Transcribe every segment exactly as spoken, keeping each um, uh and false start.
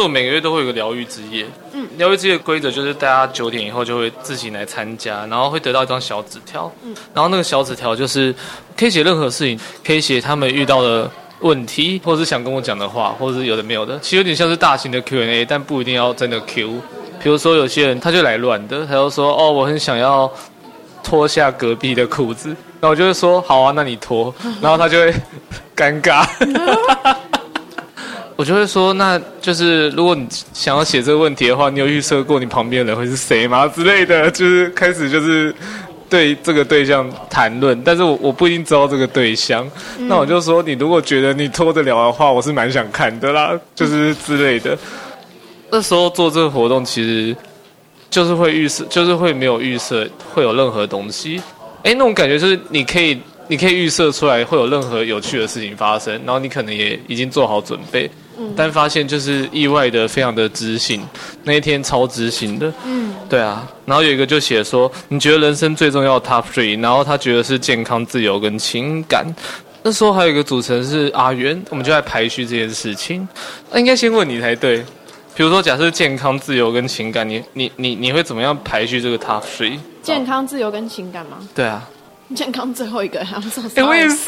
我每个月都会有个疗愈之夜。嗯，疗愈之夜的规则就是大家九点以后就会自行来参加，然后会得到一张小纸条。嗯，然后那个小纸条就是可以写任何事情，可以写他们遇到的问题，或者是想跟我讲的话，或者是有的没有的，其实有点像是大型的 Q and A， 但不一定要真的 Q。比如说有些人他就来乱的，他就说哦，我很想要脱下隔壁的裤子，然后我就会说好啊，那你脱，然后他就会尴尬。我就会说，那就是如果你想要写这个问题的话，你有预设过你旁边的人会是谁吗之类的，就是开始就是对这个对象谈论，但是我我不一定知道这个对象，嗯、那我就说，你如果觉得你脱得了的话，我是蛮想看的啦，就是之类的。那时候做这个活动，其实就是会预设，就是会没有预设会有任何东西，哎，那种感觉就是你可以你可以预设出来会有任何有趣的事情发生，然后你可能也已经做好准备。嗯、但发现就是意外的非常的知性，那一天超知性的，嗯，对啊，然后有一个就写说，你觉得人生最重要的 top three， 然后他觉得是健康、自由跟情感。那时候还有一个主持人是阿元，我们就在排序这件事情。那应该先问你才对，比如说假设健康、自由跟情感，你你你你会怎么样排序这个 top three？ 健康、自由跟情感吗？ 对啊。 健康最后一个，I'm so sorry。 哎，我也是，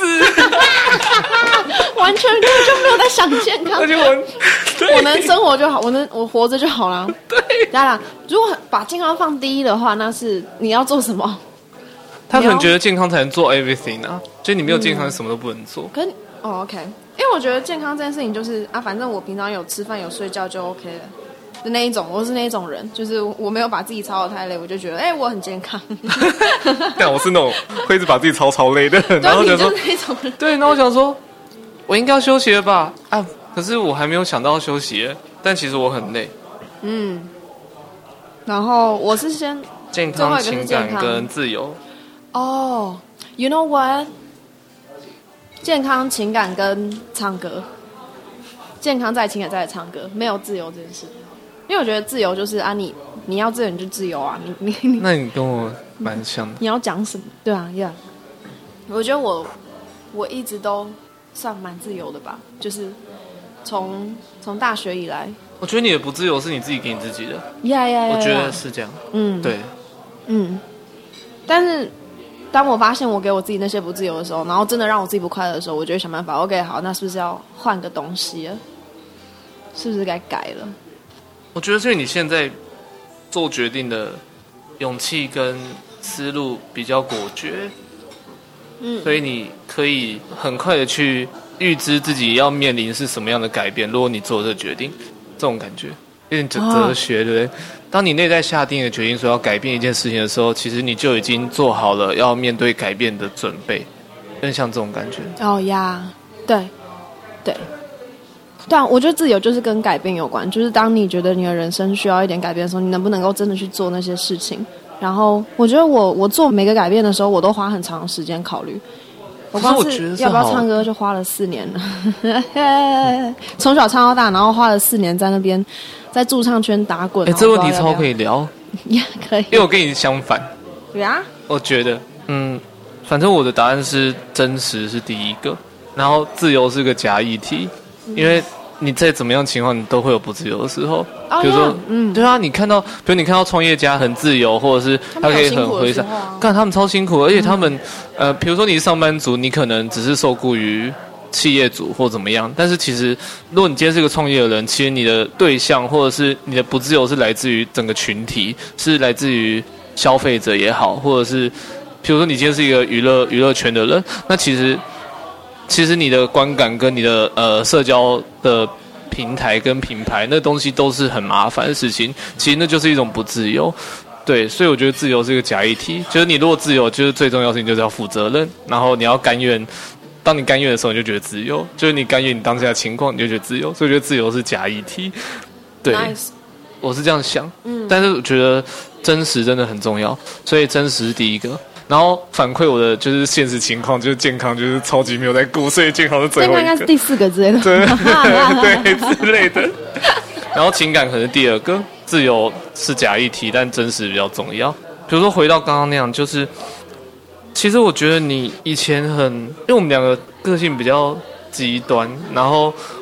完全根本就没有在想健康。 而且我， 我能生活就好，我能我活着就好了。 对， 当然，如果把健康放第一的话，那是你要做什么？ 他可能觉得健康才能做 everything 啊，就你没有健康，什么都不能做。 嗯、可哦 ，OK， 因为我觉得健康这件事情就是啊，反正我平常有吃饭有睡觉就 OK 了。的那一种，我是那一种人，就是我没有把自己操得太累，我就觉得，哎、欸，我很健康。 但我是那种会一直把自己操超累的，然后想说， 那种人对，那我想说，我应该要休息了吧？啊，可是我还没有想到休息，但其实我很累。 嗯，然后我是先健康、情感跟自由。 哦、oh, ，You know what？ 健康、情感跟唱歌，健康在，情感在，唱歌，没有自由这件事。因为我觉得自由就是啊你，你你要自由你就自由啊，你你你。 那你跟我蛮像的。 你要讲什么？对啊 ，Yeah。我觉得我我一直都算蛮自由的吧，就是从从大学以来。 我觉得你的不自由是你自己给你自己的。 Yeah yeah yeah。 我觉得是这样。嗯，对。 嗯，但是当我发现我给我自己那些不自由的时候，然后真的让我自己不快乐的时候，我就会想办法 ，OK， 好，那是不是要换个东西了？是不是该改了？ 我觉得是因为你现在做决定的勇气跟思路比较果决，嗯，所以你可以很快的去预知自己要面临是什么样的改变。如果你做这个决定，这种感觉有点哲学，对不对？当你内在下定的决定说要改变一件事情的时候，其实你就已经做好了要面对改变的准备，有点像这种感觉。 哦呀，对，对。对啊，我觉得自由就是跟改变有关，就是当你觉得你的人生需要一点改变的时候，你能不能够真的去做那些事情。然后我觉得我我做每个改变的时候，我都花很长的时间考虑。我光是要不要唱歌就花了四年了，从小唱到大，然后花了四年在那边在驻唱圈打滚。 哎，这问题超可以聊， 也可以， 因为我跟你相反。 对啊， 我觉得，嗯，反正我的答案是真实是第一个，然后自由是个假议题，因为你再怎么样情况，你都会有不自由的时候。Oh, 比如说，嗯，对啊，你看到，比如你看到创业家很自由，或者是他可以很挥洒，干、啊、他们超辛苦，而且他们，嗯、呃，比如说你是上班族，你可能只是受雇于企业主或怎么样，但是其实，如果你今天是个创业的人，其实你的对象或者是你的不自由是来自于整个群体，是来自于消费者也好，或者是，比如说你今天是一个娱乐娱乐圈的人，那其实。其实你的观感跟你的呃社交的平台跟品牌那东西都是很麻烦的事情，其实那就是一种不自由。对，所以我觉得自由是一个假议题，就是你如果自由，就是最重要的事情就是要负责任，然后你要甘愿，当你甘愿的时候你就觉得自由，就是你甘愿你当下的情况你就觉得自由，所以我觉得自由是假议题。对， nice. 我是这样想，嗯，但是我觉得真实真的很重要，所以真实是第一个。然后反馈我的就是现实情况，就是健康就是超级没有在顾，所以健康是最后一个。健康应该是第四个之类的。 对对之类的。然后情感可能是第二个，自由是假议题，但真实比较重要。比如说回到刚刚那样，就是其实我觉得你以前很，因为我们两个个性比较极端，然后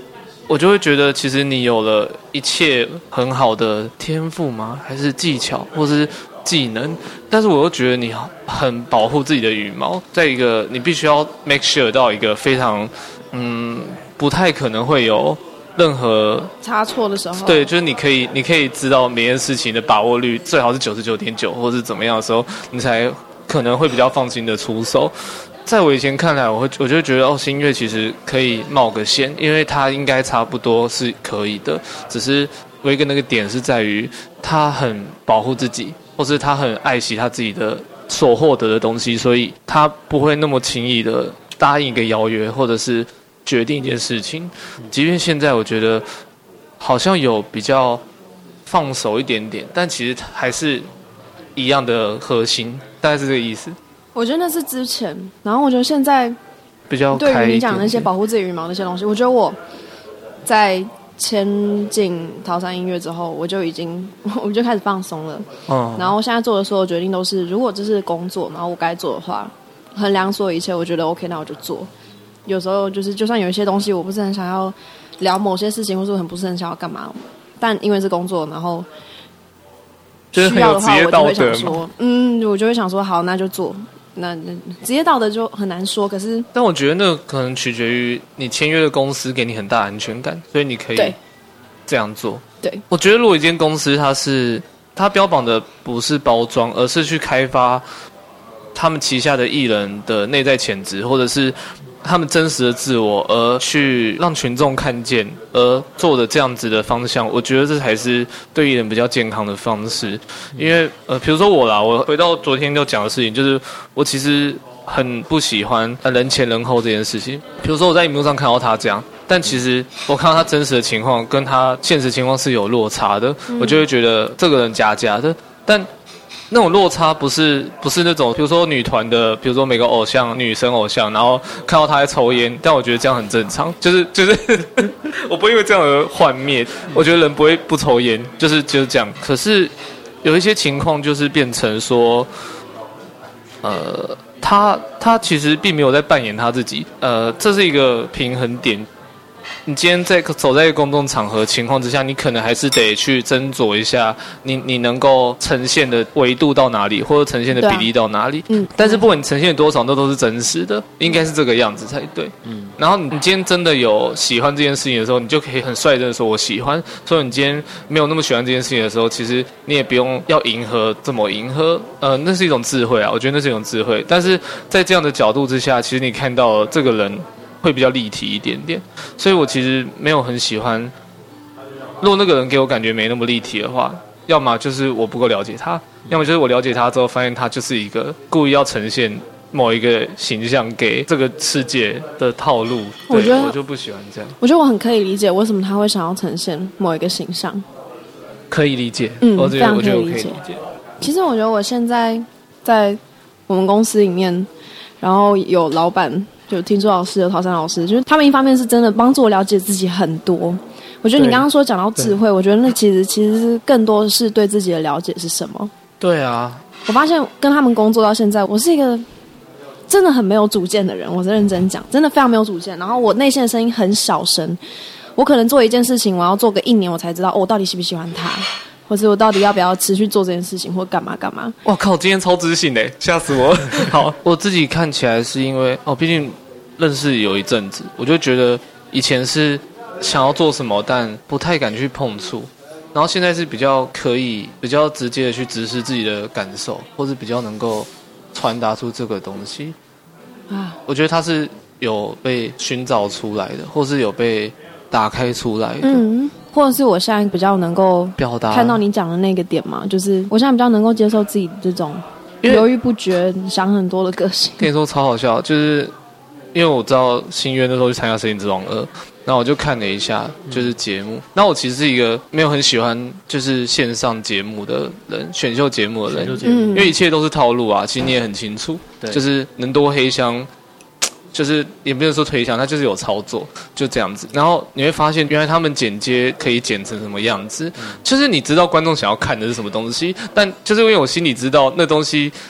我就会觉得其实你有了一切很好的天赋吗？还是技巧，或是技能？但是我又觉得你很保护自己的羽毛，在一个你必须要 make sure 到一个非常嗯不太可能会有任何差错的时候， 对，就是你可以你可以知道每件事情的把握率最好是 九十九点九 或是怎么样的时候，你才可能会比较放心的出手。在我以前看来，我会我就会觉得哦，新月其实可以冒个险，因为它应该差不多是可以的，只是有一个那个点是在于他很保护自己，或是他很爱惜他自己的所获得的东西，所以他不会那么轻易的答应一个邀约，或者是决定一件事情。即便现在我觉得好像有比较放手一点点，但其实还是一样的核心，大概是这个意思。 我觉得那是之前，然后我觉得现在比较开一点点。 对于你讲那些保护自己羽毛那些东西，我觉得我在签进桃山音乐之后，我就已经我就开始放松了。嗯，然后现在做的所有决定都是，如果这是工作，然后我该做的话，衡量所有一切，我觉得 OK， 那我就做。有时候就是，就算有一些东西我不是很想要聊某些事情，或是我很不是很想要干嘛，但因为是工作，然后需要的话，我就会想说，嗯，我就会想说，好，那就做。那职业道德就很难说，可是但我觉得那个可能取决于你签约的公司给你很大安全感，所以你可以这样做。 对， 我觉得如果一间公司它是它标榜的不是包装，而是去开发他们旗下的艺人的内在潜质，或者是他们真实的自我，而去让群众看见，而做的这样子的方向，我觉得这才是对艺人比较健康的方式。因为呃，比如说我啦，我回到昨天就讲的事情，就是我其实很不喜欢人前人后这件事情。比如说我在荧幕上看到他这样，但其实我看到他真实的情况跟他现实情况是有落差的，嗯、我就会觉得这个人假假的，但那种落差不是不是那种，比如说女团的，比如说每个偶像女生偶像，然后看到她在抽烟，但我觉得这样很正常，就是就是我不会因为这样而幻灭，我觉得人不会不抽烟，就是就是这样。可是有一些情况就是变成说，呃，他他其实并没有在扮演他自己，呃，这是一个平衡点。你今天在走在公众场合情况之下，你可能还是得去斟酌一下你你能够呈现的维度到哪里，或者呈现的比例到哪里。嗯，但是不管你呈现的多少，那都是真实的，应该是这个样子才对。嗯，然后你今天真的有喜欢这件事情的时候，你就可以很率真的说我喜欢。所以你今天没有那么喜欢这件事情的时候，其实你也不用要迎合这么迎合。呃，那是一种智慧啊，我觉得那是一种智慧。但是在这样的角度之下，其实你看到了这个人会比较立体一点点，所以我其实没有很喜欢。如果那个人给我感觉没那么立体的话，要么就是我不够了解他，要么就是我了解他之后发现他就是一个故意要呈现某一个形象给这个世界的套路。我觉得我就不喜欢这样。 我觉得我很可以理解为什么他会想要呈现某一个形象， 可以理解。 嗯， 我觉得非常可以理解。 我可以理解。 其实我觉得我现在在我们公司里面，然后有老板。就听说老师有桃山老师，就是他们一方面是真的帮助我了解自己很多。我觉得你刚刚说讲到智慧，我觉得那其实其实是更多是对自己的了解是什么。 对啊， 我发现跟他们工作到现在，我是一个真的很没有主见的人。我是认真讲，真的非常没有主见。然后我内心的声音很小声，我可能做一件事情，我要做个一年，我才知道、哦、我到底喜不喜欢他。或者我到底要不要持续做这件事情，或干嘛干嘛？ 哇靠！今天超自信的，吓死我！好，我自己看起来是因为哦，毕竟认识有一阵子，我就觉得以前是想要做什么，但不太敢去碰触，然后现在是比较可以、比较直接的去直视自己的感受，或是比较能够传达出这个东西啊。我觉得它是有被寻找出来的，或是有被打开出来的。嗯。 或者是我现在比较能够表达看到你讲的那个点嘛，就是我现在比较能够接受自己这种犹豫不决、想很多的个性。 跟你说超好笑，就是因为我知道新约那时候去参加《声音之王二》，然后我就看了一下就是节目。那、嗯、我其实是一个没有很喜欢就是线上节目的人，选秀节目的人，嗯、因为一切都是套路啊。其实你也很清楚，就是能多黑箱。就是也不能说推销，它就是有操作，就这样子。然后你会发现，原来他们剪接可以剪成什么样子，嗯、就是你知道观众想要看的是什么东西，但就是因为我心里知道那东西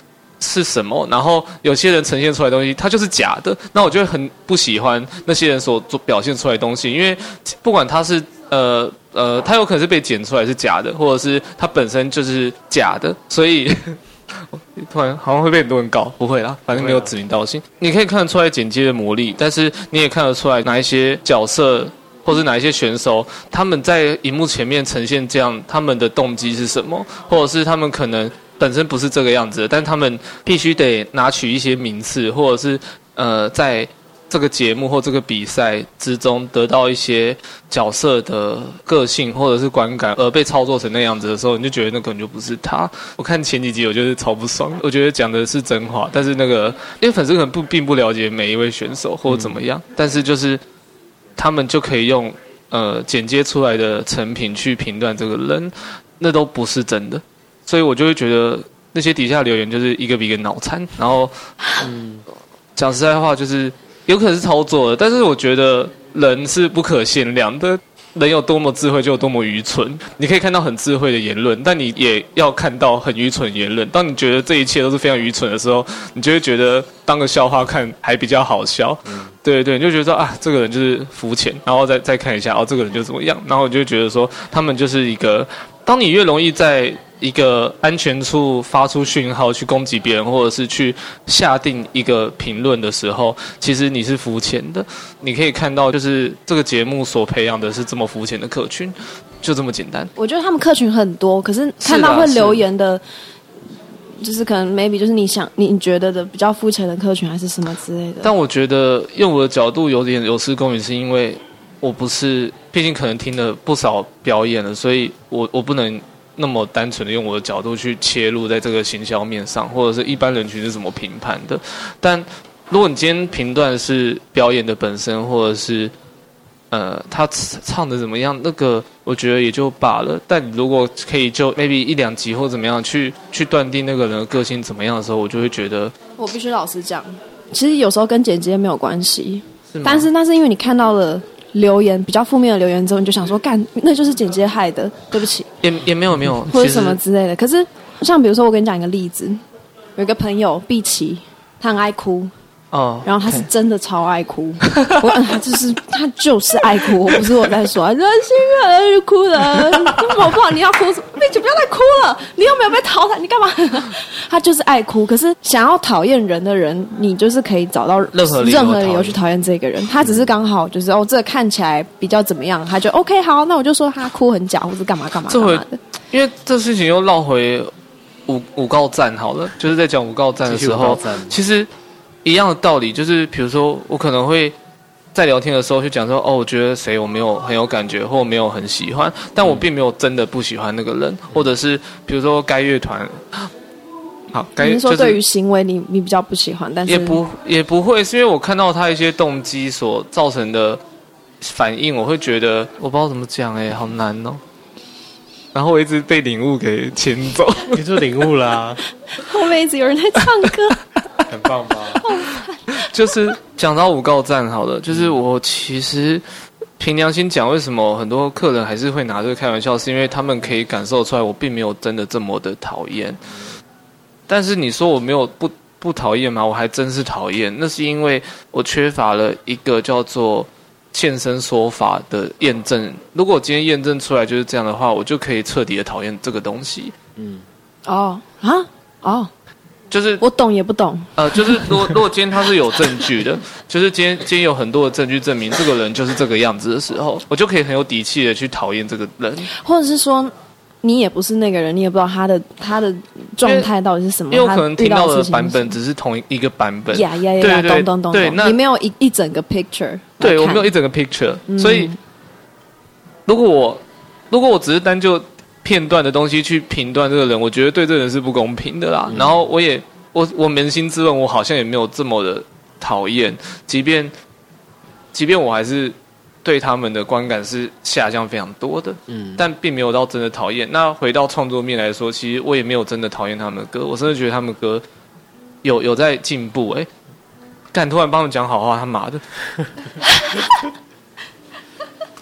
是什么，然后有些人呈现出来的东西它就是假的，那我就会很不喜欢那些人所表现出来的东西，因为不管他是呃呃，他有可能是被剪出来是假的，或者是他本身就是假的，所以突然好像会被很多人告，不会啦，反正没有指名道姓。你可以看得出来剪接的魔力，但是你也看得出来哪一些角色或是哪一些选手，他们在荧幕前面呈现这样，他们的动机是什么，或者是他们可能本身不是这个样子的，但他们必须得拿取一些名次，或者是呃在这个节目或这个比赛之中得到一些角色的个性或者是观感，而被操作成那样子的时候，你就觉得那根本就不是他。我看前几集我就是超不爽，我觉得讲的是真话，但是那个因为粉丝可能不并不了解每一位选手或者怎么样，嗯、但是就是他们就可以用呃剪接出来的成品去评断这个人，那都不是真的，所以我就会觉得那些底下留言就是一个比一个脑残，然后嗯，讲实在话就是。有可能是操作的，但是我觉得人是不可限量的，人有多么智慧就有多么愚蠢。你可以看到很智慧的言论，但你也要看到很愚蠢的言论。当你觉得这一切都是非常愚蠢的时候，你就会觉得当个笑话看还比较好笑。嗯、对对，你就觉得说啊，这个人就是肤浅，然后再再看一下哦，这个人就怎么样，然后你就会觉得说他们就是一个，当你越容易在一个安全处发出讯号去攻击别人，或者是去下定一个评论的时候，其实你是肤浅的。你可以看到，就是这个节目所培养的是这么肤浅的客群，就这么简单。 我觉得他们客群很多，可是看到会留言的，是就是可能 maybe 就是你想你觉得的比较肤浅的客群，还是什么之类的。 但我觉得用我的角度有点有失公允，是因为我不是，毕竟可能听了不少表演了，所以我我不能。那么单纯的用我的角度去切入在这个行销面上，或者是一般人群是怎么评判的。但如果你今天评断是表演的本身，或者是呃他唱的怎么样，那个我觉得也就罢了。但你如果可以就 maybe 一两集或怎么样去去断定那个人的个性怎么样的时候，我就会觉得， 我必须老实讲，其实有时候跟剪接没有关系，是但是那是因为你看到了。留言比较负面的留言之后，你就想说干，那就是剪接害的，对不起。 也也没有没有， 或者什么之类的。可是像比如说，我跟你讲一个例子，有一个朋友碧琪，他很爱哭。哦，然后他是真的超爱哭，我他就是他就是爱哭，我不是我在说，真心啊就哭了，好不好？你要哭，并且不要再哭了，你又没有被淘汰，你干嘛？他就是爱哭，可是想要讨厌人的人，你就是可以找到任何任何理由去讨厌这个人。他只是刚好就是哦，这个看起来比较怎么样，他就 OK 好，那我就说他哭很假，或者干嘛干嘛干嘛的。 因为这事情又绕回五五告战好了，就是在讲五告战的时候，其实。一样的道理，就是比如说，我可能会在聊天的时候去讲说，哦，我觉得谁我没有很有感觉，或没有很喜欢，但我并没有真的不喜欢那个人，或者是比如说该乐团，好，该你是说对于行为你你比较不喜欢，但是也不也不会，是因为我看到他一些动机所造成的反应，我会觉得我不知道怎么讲，哎，好难哦。然后我一直被领悟给牵走， 你就领悟啦、啊。 后面一直有人在唱歌。 很棒吧？ 就是讲到五告战好了，就是我其实凭良心讲，为什么很多客人还是会拿这个开玩笑，是因为他们可以感受出来我并没有真的这么的讨厌。但是你说我没有不不讨厌吗？我还真是讨厌。那是因为我缺乏了一个叫做现身说法的验证。如果我今天验证出来就是这样的话，我就可以彻底的讨厌这个东西。嗯， 哦啊哦。 就是我懂也不懂， 呃，就是如果如果今天他是有证据的，就是今天今天有很多的证据证明这个人就是这个样子的时候，我就可以很有底气的去讨厌这个人， 或者是说你也不是那个人，你也不知道他的他的状态到底是什么， 因为我可能听到的版本只是同一个版本， 呀呀呀，懂懂懂，对，那你没有一一整个 picture， 对我没有一整个 picture，、嗯、所以如果我如果我只是单就。片段的东西去评断这个人，我觉得对这个人是不公平的啦。嗯、然后我也我我扪心自问，我好像也没有这么的讨厌，即便即便我还是对他们的观感是下降非常多的，嗯，但并没有到真的讨厌。那回到创作面来说，其实我也没有真的讨厌他们的歌，我甚至觉得他们歌有有在进步。哎、欸，干突然帮他们讲好话，他妈的！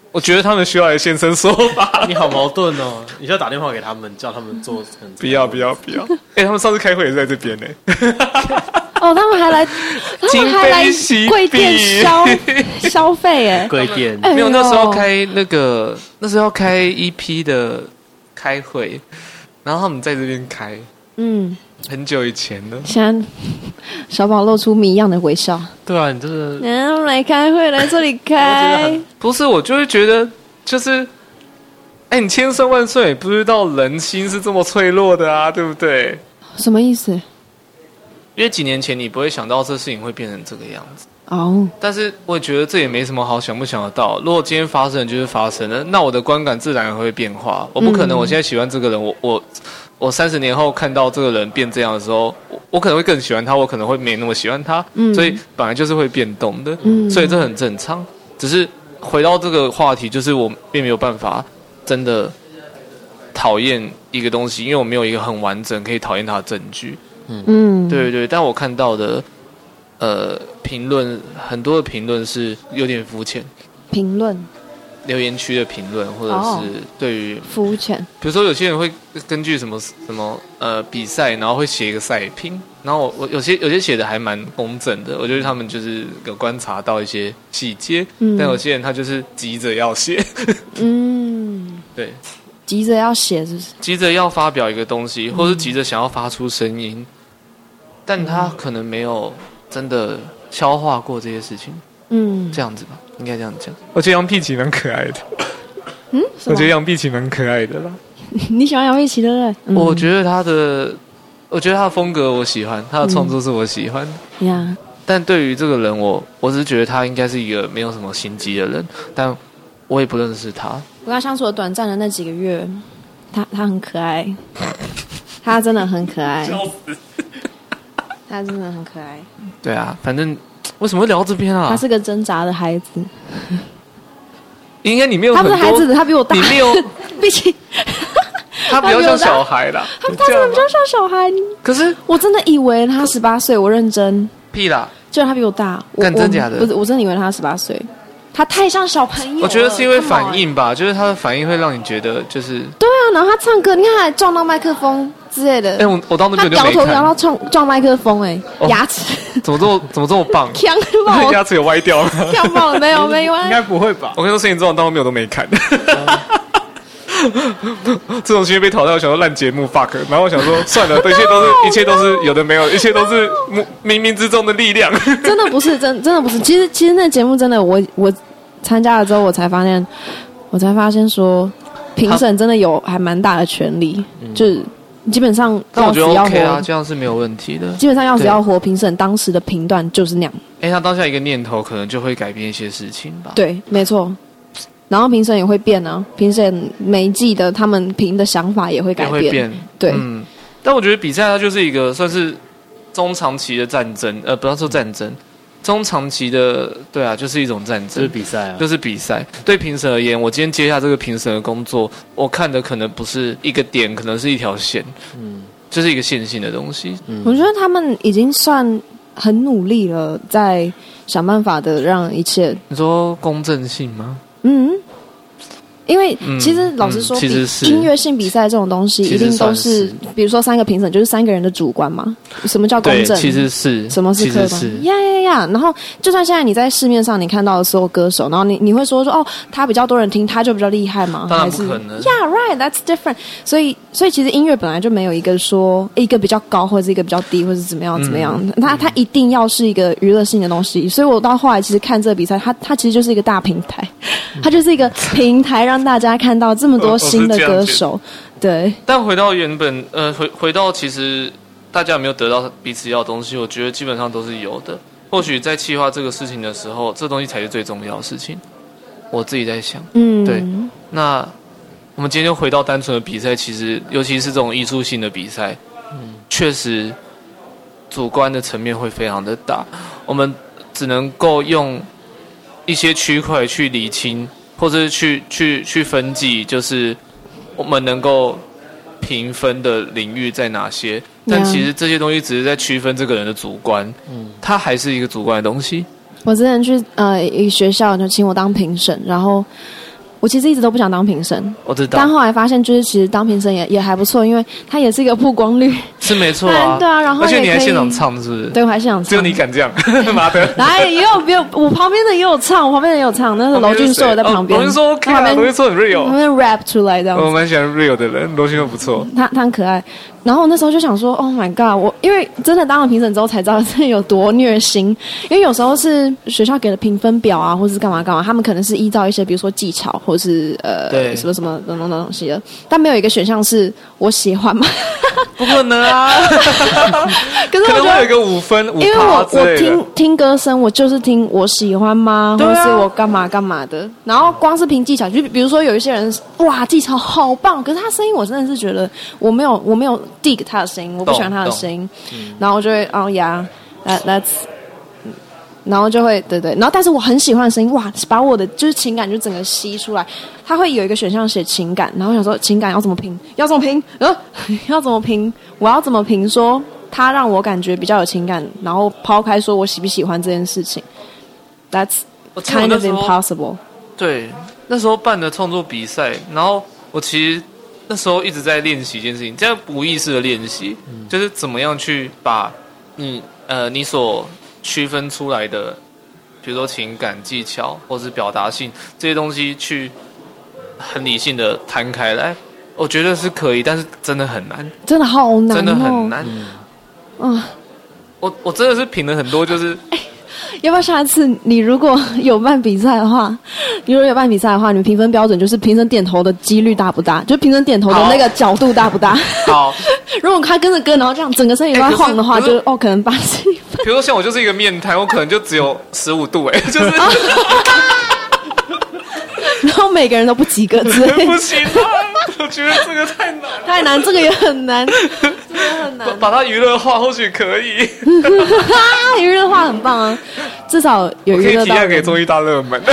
我觉得他们需要来现身说法。 你好矛盾哦！你需要打电话给他们，叫他们做成。 不要不要不要！哎、欸，他们上次开会也是在这边呢。 哦，他们还来，他们还来贵店消消费哎， 贵店、 哎、没有那时候开那个那时候要开 E P 的开会，然后他们在这边开，嗯，很久以前了。 现在小宝露出谜一样的微笑。 对啊，你真的。 然后来开会，来这里开。 不是，我就会觉得就是。哎，你千算万算也不知道人心是这么脆弱的啊，对不对？ 什么意思？ 因为几年前你不会想到这事情会变成这个样子哦。Oh. 但是我也觉得这也没什么好想不想得到。如果今天发生了就是发生了，那我的观感自然会变化。我不可能我现在喜欢这个人，我我我三十年后看到这个人变这样的时候，我我可能会更喜欢他，我可能会没那么喜欢他。嗯。所以本来就是会变动的。嗯。所以这很正常。只是回到这个话题，就是我并没有办法。真的讨厌一个东西，因为我没有一个很完整可以讨厌它的证据。嗯，对对。但我看到的呃评论，很多的评论是有点肤浅。 评论， 留言区的评论，或者是对于肤浅。 比如说有些人会根据什么什么呃比赛，然后会写一个赛评，然后我我有些有些写的还蛮公正的，我觉得他们就是有观察到一些细节，嗯、但有些人他就是急着要写。嗯，对， 急着要写是不是？ 急着要发表一个东西，或是急着想要发出声音，但他可能没有真的消化过这些事情。嗯，这样子吧，应该这样讲。我觉得杨碧琪蛮可爱的。嗯，我觉得杨碧琪蛮可爱的啦。 你喜欢杨碧琪对不对？ 嗯、我觉得他的，我觉得他的风格我喜欢，他的创作是我喜欢的。呀、嗯，但对于这个人我，我我只是觉得他应该是一个没有什么心机的人，但我也不认识他。 我跟他相处了短暂的那几个月，他他很可爱，他真的很可爱。笑死！他真的很可爱。 对啊，反正。为什么会聊到这边啊？ 他是个挣扎的孩子。 应该你没有很多， 他不是孩子，他比我大。 你没有， 毕竟他比较像小孩啦。 他他真的比较像小孩。 可是我真的以为他十八岁，我认真。 屁啦！ 就他比我大， 干真假的？ 不是，我真的以为他十八岁。他太像小朋友了。 我觉得是因为反应吧，就是他的反应会让你觉得就是。 对啊，然后他唱歌，你看他还撞到麦克风之类的。 哎、欸，我我到那边就没看。 他摇头摇到撞撞麦克风、欸，哎、哦，牙齿怎么这么怎么这么棒？ 呛爆！ 牙齿有歪掉了。 呛爆了没有？没歪。 应该不会吧？ 我跟你说，摄影这种到后面我都没看。这种新闻被淘汰，我想说烂节目 fuck， 然后我想说算了，一切都是一切都是有的没有，一切都是冥冥之中的力量。 真的不是真真的不是，其实其实那节目真的我我。参加了之后，我才发现，我才发现说，评审真的有还蛮大的权力，嗯、就是基本上要死要活。 但我觉得 OK 啊，这样是没有问题的。 基本上要死要活，评审当时的评断就是那样。 哎、欸，他当下一个念头，可能就会改变一些事情吧。 对，没错。然后评审也会变啊，评审每一季的他们评的想法也会改变。 也会变， 对。 嗯，但我觉得比赛它就是一个算是中长期的战争，呃，不要说战争。中长期的，对啊，就是一种战争， 就是比赛啊， 就是比赛。对评审而言，我今天接下这个评审的工作，我看的可能不是一个点，可能是一条线，嗯，就是一个线性的东西。 嗯，我觉得他们已经算很努力了，在想办法的让一切。 你说公正性吗？ 嗯。因为其实老实说， 嗯、其实是音乐性比赛这种东西，一定都是，比如说三个评审，就是三个人的主观嘛。什么叫公正？ 其实是什么是客观？呀呀呀！然后，就算现在你在市面上你看到的所有歌手，然后你你会说说哦，他比较多人听，他就比较厉害吗？ 当然不可能。 Yeah, right, that's different. 所以，所以其实音乐本来就没有一个说一个比较高，或者是一个比较低，或者是怎么样怎么样。嗯、它它一定要是一个娱乐性的东西。所以我到后来其实看这个比赛，它它其实就是一个大平台，它就是一个平台让大家看到。这么多新的歌手，对。 但回到原本，呃，回回到其实大家有没有得到彼此要的东西？我觉得基本上都是有的。或许在企划这个事情的时候，这东西才是最重要的事情。我自己在想，嗯，对。那我们今天就回到单纯的比赛，其实尤其是这种艺术性的比赛，嗯，确实主观的层面会非常的大。我们只能够用一些区块去理清。或者是去去去分级，就是我们能够评分的领域在哪些？但其实这些东西只是在区分这个人的主观，嗯，它还是一个主观的东西。 我之前去呃一个学校就请我当评审，然后我其实一直都不想当评审， 我知道， 但后来发现，就是其实当评审也也还不错，因为它也是一个曝光率， 是没错啊， 对啊，然后而且你还现场唱，是不是？ 对，我还现场唱， 只有你敢这样，妈的！ 来，也有没有？我旁边的也有唱，我旁边的也有唱，那是罗俊硕在旁边。 罗俊硕 OK 啊，罗俊硕很 real， 旁边 rap 出来这样。 我蛮喜欢 real 的人，罗俊硕不错， 他他很可爱。然后我那时候就想说 ，Oh my god！ 我因为真的当了评审之后才知道这有多虐心。因为有时候是学校给的评分表啊，或者是干嘛干嘛，他们可能是依照一些比如说技巧，或者是呃什么什么等等等东西的，但没有一个选项是我喜欢吗？ 不可能啊！ 可是我觉得可能会有一个五分，五因为我我听听歌声，我就是听我喜欢吗，或者是我干嘛干嘛的。然后光是凭技巧，就比如说有一些人哇技巧好棒，可是他声音我真的是觉得我没有我没有 dig 他的声音，我不喜欢他的声音，然后我就会哦呀 that that's。然后就会对对，然后但是我很喜欢的声音，哇，把我的就是情感就整个吸出来。他会有一个选项写情感，然后我想说情感要怎么评？要怎么评？呃，要怎么评？我要怎么评？说他让我感觉比较有情感，然后抛开说我喜不喜欢这件事情 ，That's kind of impossible。 对，那时候办的创作比赛，然后我其实那时候一直在练习一件事情，这样无意识的练习，嗯、就是怎么样去把你呃你所区分出来的，比如说情感技巧或是表达性这些东西，去很理性的摊开来，我觉得是可以，但是真的很难， 真的好难、哦， 真的很难。 嗯， 我我真的是品了很多，就是。 欸要不要下一次你如果有办比赛的话，你如果有办比赛的话，你评分标准就是评审点头的几率大不大，就评审点头的那个角度大不大。 好， 如果他跟着歌，然后这样整个身体都在晃的话，欸、就哦可能八十一分。 比如说像我就是一个面瘫，我可能就只有十五度哎、欸，就是。 然后每个人都不及格之类的， 不行啊！我觉得这个太难， 太难，这个也很难，真的很难。 把它娱乐化或许可以， 娱乐化很棒啊，至少有娱乐到。可以提案给综艺大热门。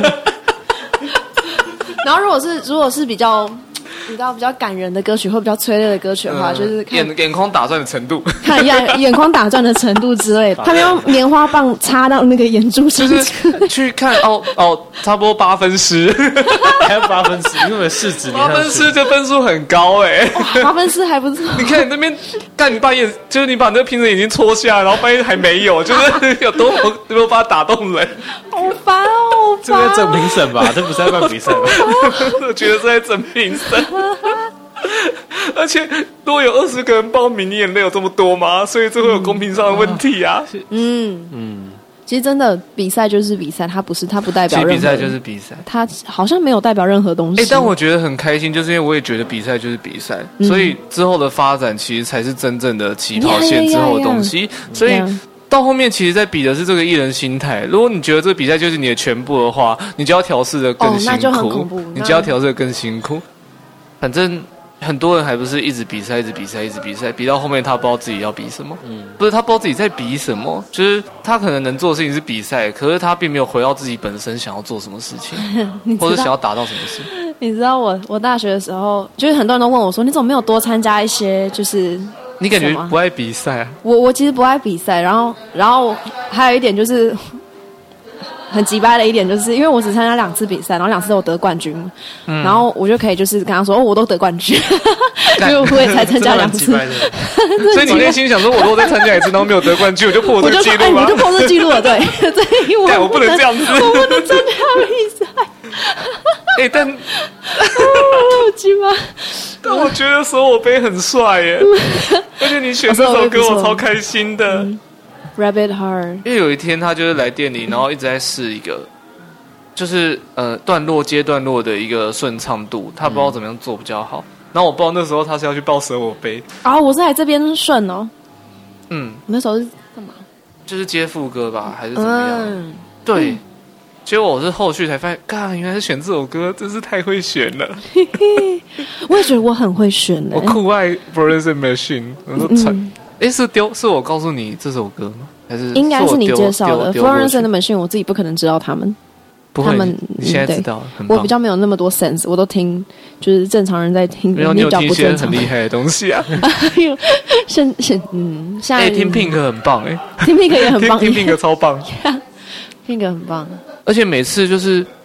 然后如果是如果是比较。你知道比较感人的歌曲或比较催泪的歌曲的话，嗯、就是看眼眼眶打转的程度， 看眼眼眶打转的程度之类的。他们用棉花棒插到那个眼珠上， 就是去看哦哦，差不多八分诗， 还有八分诗，因为试纸八分诗这分数很高哎、 欸，八分诗还不错。 你看你那边，看你把眼，就是你把那个评审眼睛戳下，然后发现还没有，就是有多么有没有把它打动人， 好烦哦， 这个在整评审吧，这不是在办比赛吧？ 我觉得是在整评审。而且如果有二十个人报名，你眼泪有这么多吗？所以这会有公平上的问题啊。 嗯嗯，其实真的比赛就是比赛，它不是它不代表任何。 比赛就是比赛， 它好像没有代表任何东西。 哎、欸，但我觉得很开心，就是因为我也觉得比赛就是比赛、嗯，所以之后的发展其实才是真正的起跑线之后的东西。Yeah, yeah, yeah. 所以到后面其实在比的是这个艺人心态。如果你觉得这个比赛就是你的全部的话，你就要调试的更辛苦，哦、那就很恐怖，你就要调试的更辛苦。反正很多人还不是一直比赛，一直比赛，一直比赛，比到后面他不知道自己要比什么。嗯，不是他不知道自己在比什么，就是他可能能做的事情是比赛，可是他并没有回到自己本身想要做什么事情，或者想要达到什么事。 你知道我我大学的时候，就是很多人都问我说，你怎么没有多参加一些就是。 你感觉不爱比赛啊？ 我我其实不爱比赛，然后然后还有一点就是很鸡掰的一点，就是因为我只参加两次比赛，然后两次都得冠军，嗯、然后我就可以就是跟他说，哦，我都得冠军，因为我也才参加两次。 所以你内心想说，我如果再参加一次，然后没有得冠军，我就破这个记录了。 我就破这记录了，对对，我我不能这样子， 我不能参加比赛。 哎、欸，但好鸡巴。 但我觉得所有杯很帅耶，而且你选这首歌我超开心的。嗯、 Rabbit Heart， 因为有一天他就是来店里，然后一直在试一个，就是呃段落接段落的一个顺畅度，他不知道怎么样做比较好。然后我不知道那时候他是要去报舍我杯啊，我是来这邊順哦。 嗯， 那時候是幹嘛？ 就是接副歌吧，還是怎麼樣？嗯、對。嗯結果我是後續才發現，幹，原來是選這首歌，真是太會選了。 我也覺得我很會選、欸、 我酷愛 Florence and Machine。我說，嗯，誒，是丟，是我告訴你這首歌嗎？還是應該是你介紹的 Florence and Machine？我自己不可能知道他們。 不會， 他們你現在知道，很棒。 我比較沒有那麼多 sense， 我都聽，就是正常人在聽。 沒有，你有聽一些很厲害的東西啊。 現現嗯，現在、 欸、聽 Pink 很棒哎、欸， 聽 Pink 也很棒， 聽 Pink 超棒 ，Pink 很棒。 而且每次就是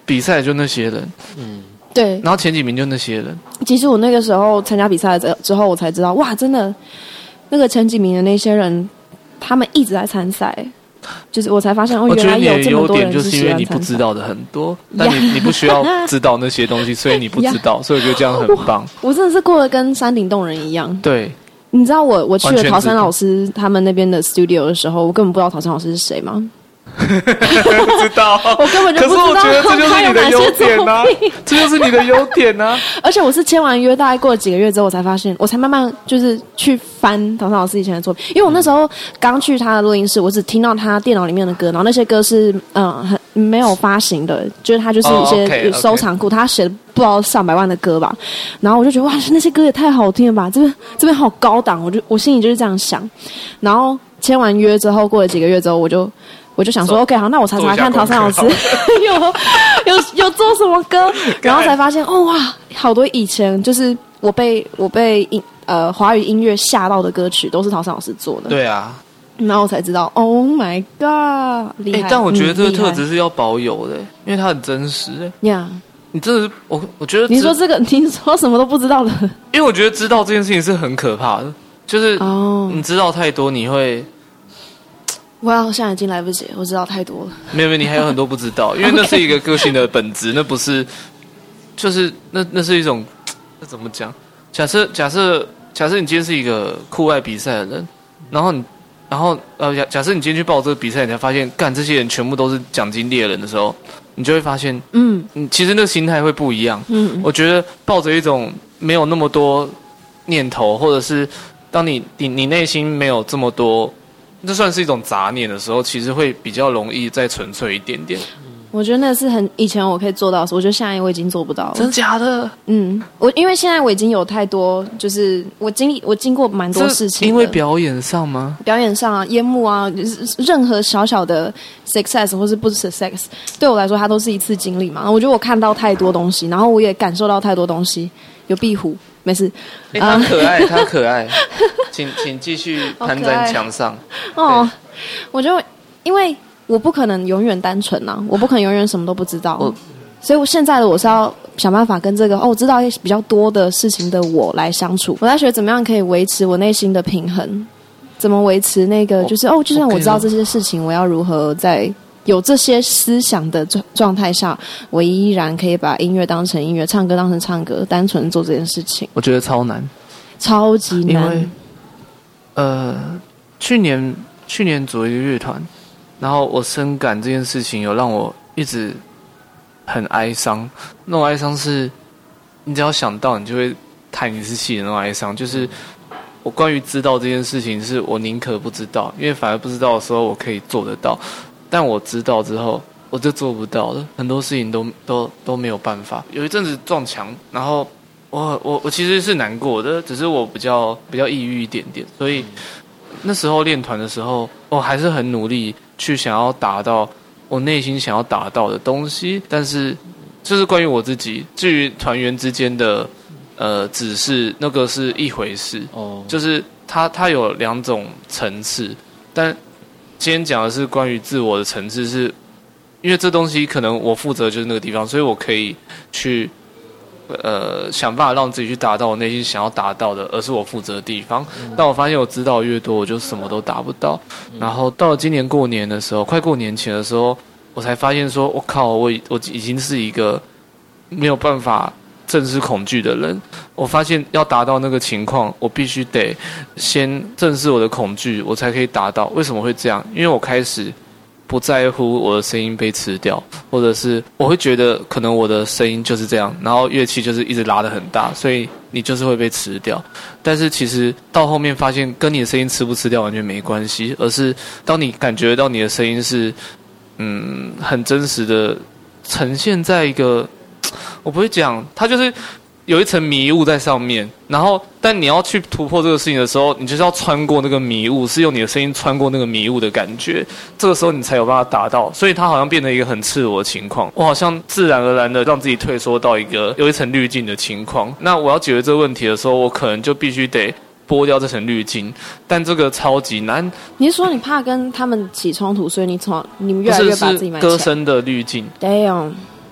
比赛就那些人， 嗯，对， 然后前几名就那些人。 其实我那个时候参加比赛之后，我才知道，哇，真的那个前几名的那些人，他们一直在参赛。就是我才发现，哦，原来有这么多人是喜欢参赛。我觉得你的优点就是因为你不知道的很多，但你你不需要知道那些东西，所以你不知道，所以我觉得这样很棒。 我, 我真的是过得跟山顶洞人一样。 对， 你知道我我去了陶山老师他们那边的 studio 的时候，我根本不知道陶山老师是谁吗？ 不知道， 我根本就不知道。 可是我觉得这就是你的优点啊，这就是你的优点啊。 而且我是签完约，大概过了几个月之后，我才发现，我才慢慢就是去翻陶山老师以前的作品。因为我那时候刚去他的录音室，我只听到他电脑里面的歌，然后那些歌是嗯、呃、很没有发行的，就是他就是一些收藏库， oh, okay, okay. 他写的不知道上百万的歌吧。然后我就觉得哇，那些歌也太好听了吧，这边这边好高档，我就我心里就是这样想。然后签完约之后，过了几个月之后，我就。我就想说 ，OK， 好，那我查查看陶山老师有有有做什么歌，然后才发现，哦哇，好多以前就是我被我被音呃华语音乐吓到的歌曲，都是陶山老师做的。 对啊， 然后我才知道 ，Oh my God， 厉害！ 欸、但我觉得这个特质是要保有的，因为它很真实。 呀、yeah ， 你真的是我，我觉得你说这个，你说什么都不知道的， 因为我觉得知道这件事情是很可怕的，就是你知道太多，你会。 哇，现在已经来不及，我知道太多了。 没有没有，你还有很多不知道，因为那是一个个性的本质，那不是，就是那那是一种，那怎么讲？假设假设假设你今天是一个酷爱比赛的人，然后你然后呃假假设你今天去报这个比赛，你才发现，干这些人全部都是奖金猎人的时候，你就会发现，嗯，你其实那个心态会不一样。嗯，我觉得抱着一种没有那么多念头，或者是当你你你内心没有这么多。这算是一种杂念的时候，其实会比较容易再纯粹一点点。 我觉得那是很以前我可以做到的事，我觉得现在我已经做不到了。 真的假的？ 嗯，我因为现在我已经有太多，就是我经历我经过蛮多事情。 因为表演上吗？ 表演上啊，烟幕啊，任何小小的 success 或是不 success， 对我来说它都是一次经历嘛。我觉得我看到太多东西，然后我也感受到太多东西。有壁虎，没事。 哎、欸，他可爱，他可爱，请请继续攀在墙上。 哦，我就因为我不可能永远单纯啊，我不可能永远什么都不知道，所以我现在的我是要想办法跟这个哦知道一些比较多的事情的我来相处。我在学怎么样可以维持我内心的平衡，怎么维持那个就是哦，就算我知道这些事情，我要如何在。有这些思想的状态下，我依然可以把音乐当成音乐，唱歌当成唱歌，单纯做这件事情。 我觉得超难， 超级难。 因为呃，去年去年组一个乐团，然后我深感这件事情有让我一直很哀伤。那种哀伤是，你只要想到，你就会叹一次气的那种哀伤。就是我关于知道这件事情，是我宁可不知道，因为反而不知道的时候，我可以做得到。但我知道之后，我就做不到了，很多事情都都都没有办法。有一阵子撞墙，然后我我我其实是难过的，只是我比较比较抑郁一点点，所以那时候练团的时候，我还是很努力去想要达到我内心想要达到的东西，但是就是关于我自己，至于团员之间的呃指示，那个是一回事哦，就是它它有两种层次，但。今天讲的是关于自我的层次，是因为这东西可能我负责就是那个地方，所以我可以去呃想办法让自己去达到我内心想要达到的，而是我负责的地方。嗯、但我发现我知道越多，我就什么都达不到。嗯、然后到了今年过年的时候，快过年前的时候，我才发现说，我靠，我我已经是一个没有办法正视恐惧的人。我发现要达到那个情况，我必须得先正视我的恐惧，我才可以达到。为什么会这样？因为我开始不在乎我的声音被吃掉，或者是我会觉得可能我的声音就是这样，然后乐器就是一直拉得很大，所以你就是会被吃掉。但是其实到后面发现跟你的声音吃不吃掉完全没关系，而是当你感觉到你的声音是嗯很真实的呈现在一个，我不会讲，它就是有一层迷雾在上面，然后但你要去突破这个事情的时候，你就是要穿过那个迷雾，是用你的声音穿过那个迷雾的感觉，这个时候你才有办法达到。所以它好像变成一个很赤裸的情况，我好像自然而然的让自己退缩到一个有一层滤镜的情况。那我要解决这个问题的时候，我可能就必须得剥掉这层滤镜，但这个超级难。 你是说你怕跟他们起冲突，所以你从你们越来越把自己埋起来？ 歌声的滤镜。 Damn。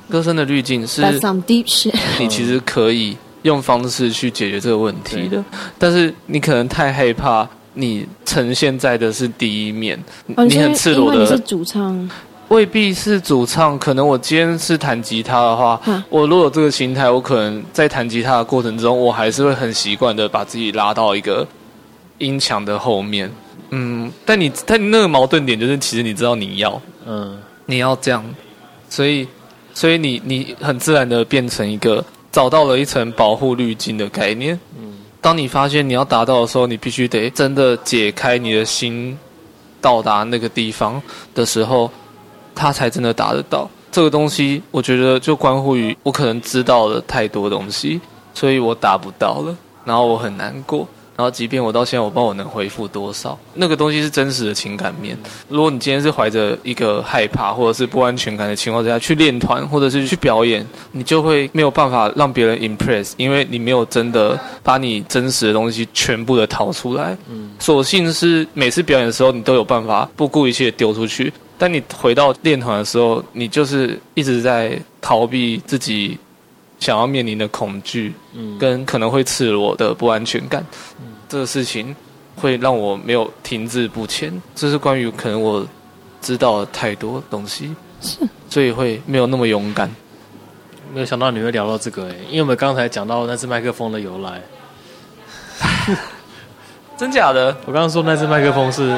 歌声的滤镜是 That's some deep shit 你其实可以用方式去解决这个问题的，但是你可能太害怕你呈现在的是第一面， 哦、 你很赤裸的， 因为你是主唱， 未必是主唱，可能我今天是弹吉他的话，我如果有这个心态，我可能在弹吉他的过程中，我还是会很习惯的把自己拉到一个音墙的后面。嗯，但你但你那个矛盾点就是，其实你知道你要，嗯，你要这样，所以所以你你很自然的变成一个找到了一层保护滤镜的概念。嗯，当你发现你要达到的时候，你必须得真的解开你的心，到达那个地方的时候，他才真的达得到。这个东西，我觉得就关乎于我可能知道了太多东西，所以我达不到了，然后我很难过。然后即便我到现在我不知道我能回复多少，那个东西是真实的情感面。如果你今天是怀着一个害怕或者是不安全感的情况之下去练团或者是去表演，你就会没有办法让别人 impress， 因为你没有真的把你真实的东西全部的掏出来。嗯，所幸是每次表演的时候你都有办法不顾一切丢出去，但你回到练团的时候，你就是一直在逃避自己想要面临的恐惧，嗯，跟可能会赤裸的不安全感，嗯，这个事情会让我没有停滞不前。这是关于可能我知道了太多东西，是，所以会没有那么勇敢。 没有想到你会聊到这个，因为我们刚才讲到那只麦克风的由来。 真假的？ 我刚刚说那只麦克风是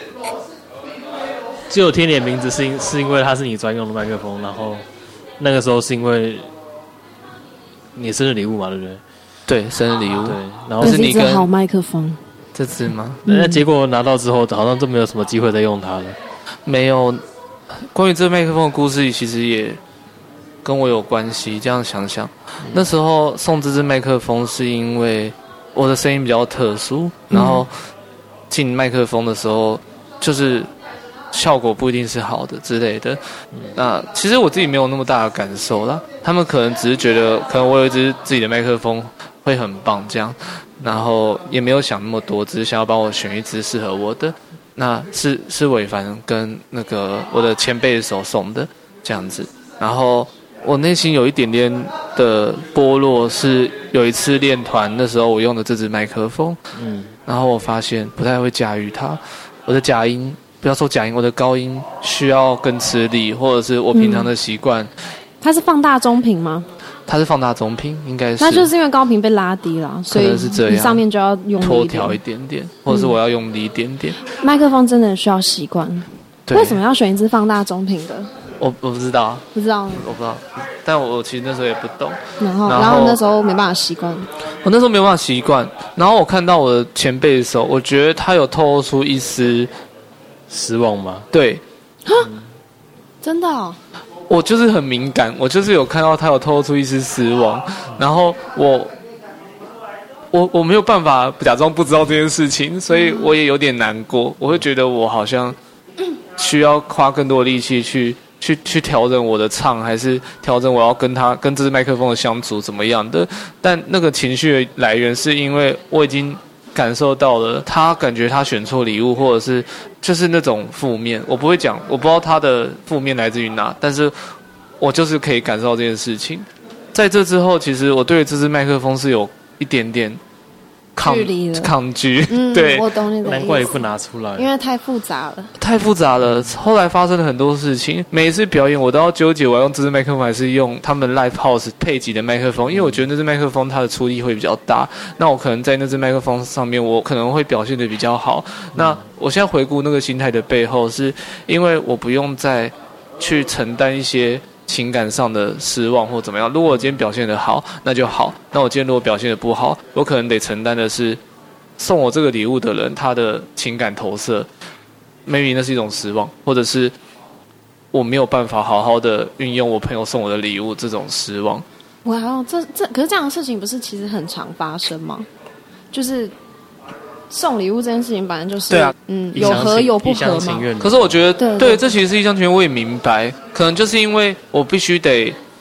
只有贴你的名字是因是因为它是你专用的麦克风，然后那个时候是因为你的生日礼物嘛，对不对？ 对，生日礼物。对， 然后是你跟好麦克风， 这支吗？ 那、嗯、结果拿到之后，好像都没有什么机会再用它了。 没有。关于这麦克风的故事，其实也跟我有关系。这样想想，嗯、那时候送这支麦克风是因为我的声音比较特殊，然后进麦克风的时候，就是效果不一定是好的之类的。那其实我自己没有那么大的感受啦，他们可能只是觉得，可能我有一支自己的麦克风会很棒这样，然后也没有想那么多，只是想要帮我选一支适合我的。那是是伟凡跟那个我的前辈手送的这样子，然后我内心有一点点的剥落，是有一次练团的时候，我用的这支麦克风，嗯，然后我发现不太会驾驭它，我的假音。不要说假音，我的高音需要更吃力，或者是我平常的习惯。嗯、 它是放大中频吗？ 它是放大中频，应该是。 那就是因为高频被拉低了，所以你上面就要用力拖调一点点，或者是我要用力一点点。 麦克风真的需要习惯。为什么要选一支放大中频的？ 我我不知道， 不知道， 我不知道。但我其实那时候也不懂。 然后，然后那时候没办法习惯。 我那时候没办法习惯，然后我看到我的前辈的时候，我觉得他有透露出一丝。 失望吗？ 对， 嗯、真的、哦， 我就是很敏感，我就是有看到他有透露出一丝失望，然后我我我没有办法假装不知道这件事情，所以我也有点难过。我会觉得我好像需要花更多的力气去去去调整我的唱，还是调整我要跟他跟这支麦克风的相处怎么样的？但那个情绪的来源是因为我已经。感受到了他感觉他选错礼物，或者是就是那种负面，我不会讲，我不知道他的负面来自于哪，但是我就是可以感受到这件事情。在这之后，其实我对这支麦克风是有一点点抗抗拒， 嗯、 对， 我懂你的意思， 难怪也不拿出来， 因为太复杂了， 太复杂了。后来发生了很多事情，每一次表演我都要纠结，我要用这支麦克风还是用他们 Live House 配给的麦克风，因为我觉得那支麦克风它的出力会比较大，那我可能在那支麦克风上面，我可能会表现得比较好。那我现在回顾那个心态的背后，是因为我不用再去承担一些情感上的失望或怎么样。如果我今天表现得好，那就好；那我今天如果表现得不好，我可能得承担的是送我这个礼物的人他的情感投射 ，maybe 那是一种失望，或者是我没有办法好好的运用我朋友送我的礼物这种失望。 哇，这这可是这样的事情不是其实很常发生吗？就是送礼物这件事情本来就是， 对啊， 嗯，有合有不合嘛。 可是我觉得， 对， 对，这其实是一厢情愿，我也明白，可能就是因为我必须得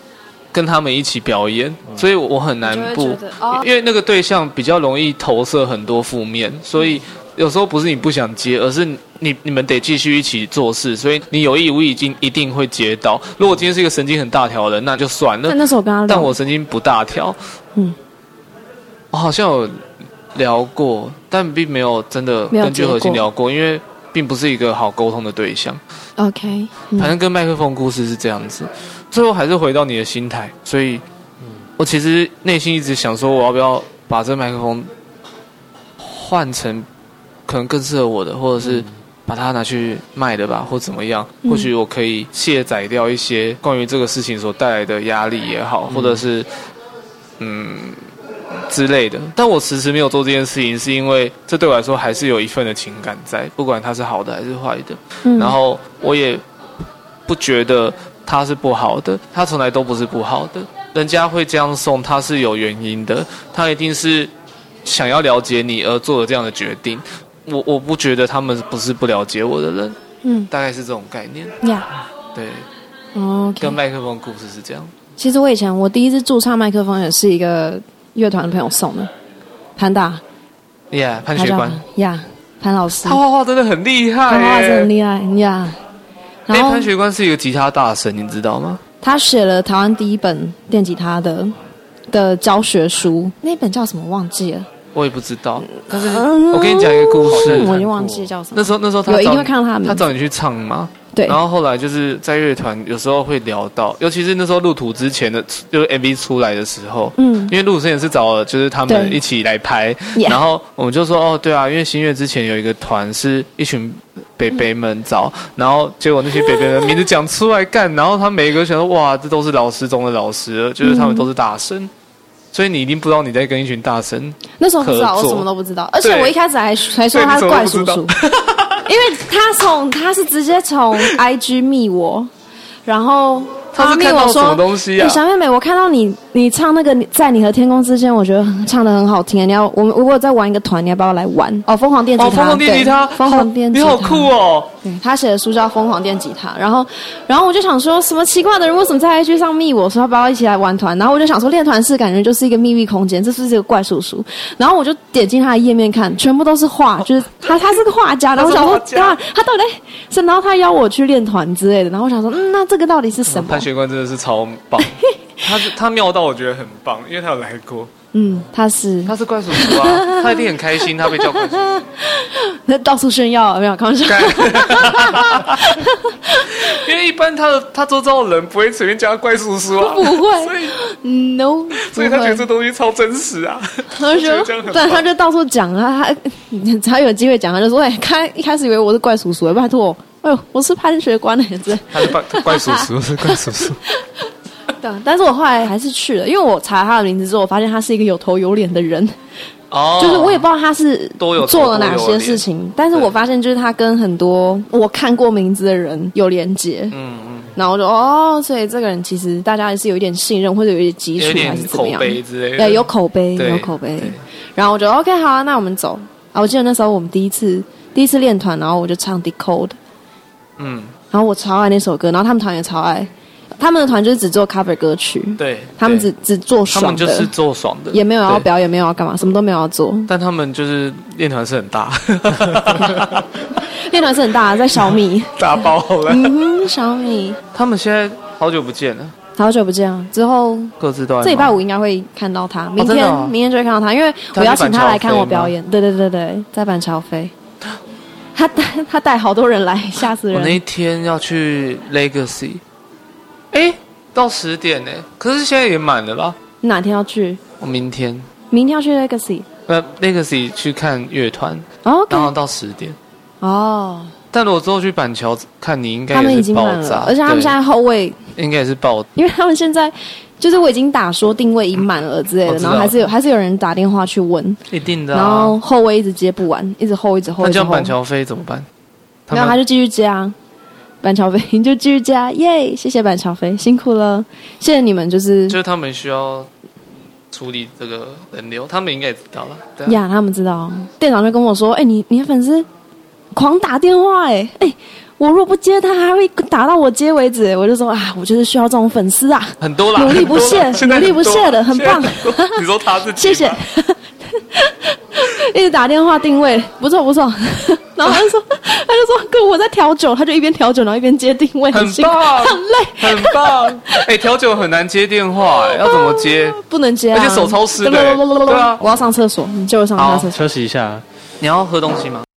跟他们一起表演，嗯、所以我很难不， 哦、 因为那个对象比较容易投射很多负面，所以有时候不是你不想接，而是你你们得继续一起做事，所以你有意无意已经一定会接到。如果今天是一个神经很大条的人，那就算了。 但那时候我跟他聊， 但我神经不大条，嗯，我好像有聊过，但并没有真的根据核心聊过，因为并不是一个好沟通的对象。 OK，、 嗯、反正跟麦克风故事是这样子。最后还是回到你的心态，所以我其实内心一直想说，我要不要把这麦克风换成可能更适合我的，或者是把它拿去卖的吧，或怎么样？或许我可以卸载掉一些关于这个事情所带来的压力也好，或者是嗯之类的。但我迟迟没有做这件事情，是因为这对我来说还是有一份的情感在，不管它是好的还是坏的。嗯、然后我也不觉得它是不好的，它从来都不是不好的。人家会这样送，它是有原因的，它一定是想要了解你而做的这样的决定。我我不觉得他们不是不了解我的人，嗯，大概是这种概念。 呀、yeah. 对， 哦、okay. 跟麦克风故事是这样。 其实我以前我第一次驻唱麦克风也是一个乐团的朋友送的，潘大 ，Yeah， 潘学官 ，Yeah， 潘老师， 他画画真的很厉害， 他画画真的很厉害 ，Yeah。 然后潘学官是一个吉他大神，你知道吗？ 他写了台湾第一本电吉他的的教学书，那本叫什么忘记了。 我也不知道，但是我跟你讲一个故事， 我已经忘记叫什么。 那时候那时候他有一定会看到他的名字， 他找你去唱吗？ 对。 然后后来就是在乐团，有时候会聊到，尤其是那时候入土之前的，就是 M V 出来的时候，嗯，因为入土之前是找了就是他们一起来拍，然后我们就说哦，对啊，因为新乐之前有一个团是一群北北们找，然后结果那些北北的名字讲出来干，然后他每一个想说哇，这都是老师中的老师了，就是他们都是大神。所以你一定不知道你在跟一群大神那时候不知道，我什么都不知道，而且我一开始还还说他是怪叔叔，因为他从他是直接从 I G 密我，然后他密我说什么东西啊？ 小妹妹，我看到你你唱那个在你和天空之间，我觉得唱得很好听，你要我们如果再玩一个团，你要不要来玩？哦，疯狂电吉他， 哦，疯狂电吉他， 疯狂电吉他， 你好酷哦！ 对，他写的书叫《疯狂电吉他》，然后，然后我就想说，什么奇怪的人为什么在 I G 上密我说要不要一起来玩团？然后我就想说，练团室感觉就是一个秘密空间，这是这个怪叔叔。然后我就点进他的页面看，全部都是画，就是他他是个画家。然后我想说，他他到底是？然后他邀我去练团之类的。然后我想说，嗯，那这个到底是什么？ 潘学官真的是超棒，他他妙到我觉得很棒，因为他有来过。 嗯，他是他是怪叔叔啊，他一定很开心，他被叫怪叔叔， 那到处炫耀，没有开玩笑。 因为一般他的他周遭的人不会随便叫他怪叔叔啊， 不会， 所以 no， 所以他觉得这东西超真实啊。 他就对，他就到处讲啊，他只要有机会讲，他就说，哎，他一开始以为我是怪叔叔，哎，拜托，哎呦，我是潘学官的人， 他是怪叔叔，是怪叔叔。 对，但是我后来还是去了，因为我查他的名字之后，我发现他是一个有头有脸的人。哦，就是我也不知道他是做了哪些事情，但是我发现就是他跟很多我看过名字的人有连结。嗯嗯。然后我就哦，所以这个人其实大家还是有一点信任，或者有一点基础，还是怎么样？ 有点口碑之类的。 对，有口碑，有口碑。然后我就 OK 好啊，那我们走啊！我记得那时候我们第一次第一次练团，然后我就唱 Decode。嗯。然后我超爱那首歌，然后他们团也超爱。他们的团就是只做 cover 歌曲， 对， 他们只只做爽的，他们就是做爽的， 也没有要表演，没有要干嘛，什么都没有要做。 但他们就是练团是很大， 练团是很大，在小米打包了。 嗯哼，小米。 他们现在好久不见了， 好久不见了。之后各自都这礼拜五应该会看到他，明天、哦哦、明天就会看到他，因为我邀请他来看我表演。对对对对，在板桥飞。他带他带好多人来，吓死人！ 我那一天要去 Legacy。哎，到十点呢，可是现在也满了吧？ 你哪天要去？ 我明天。 明天要去 Legacy。 呃 ，Legacy 去看乐团， 哦、okay 然后到十点。 哦。 但如果之后去板桥看你，应该他们已经满了，而且他们现在后位应该也是爆， 因为他们现在就是我已经打说定位已满了之类的，然后还是有还是有人打电话去问， 一定的、啊。 然后后位一直接不完，一直后一直后。 那这样板桥飞怎么办？ 没有，他就继续加。板桥飞你就继续加耶！谢谢板桥飞，辛苦了，谢谢你们。就是就是他们需要处理这个人流，他们应该也知道了。对啊， yeah, 他们知道。店长就跟我说：“哎、欸，你你的粉丝狂打电话、欸，哎哎， 我若不接他，还会打到我接为止。我就说啊，我就是需要这种粉丝啊， 很多啦， 努力不懈，努力不懈的，很棒。 你说他是谢谢。一直打电话定位，不错不错。然后他就说，他就说哥我在调酒，他就一边调酒然后一边接定位， 很辛苦棒， 很累， 很棒。哎、欸，调酒很难接电话、欸，要怎么接？ 不能接、啊， 而且手超湿的、欸。对啊， 我要上厕所，你借我上一下厕所。 休息一下。 你要喝东西吗？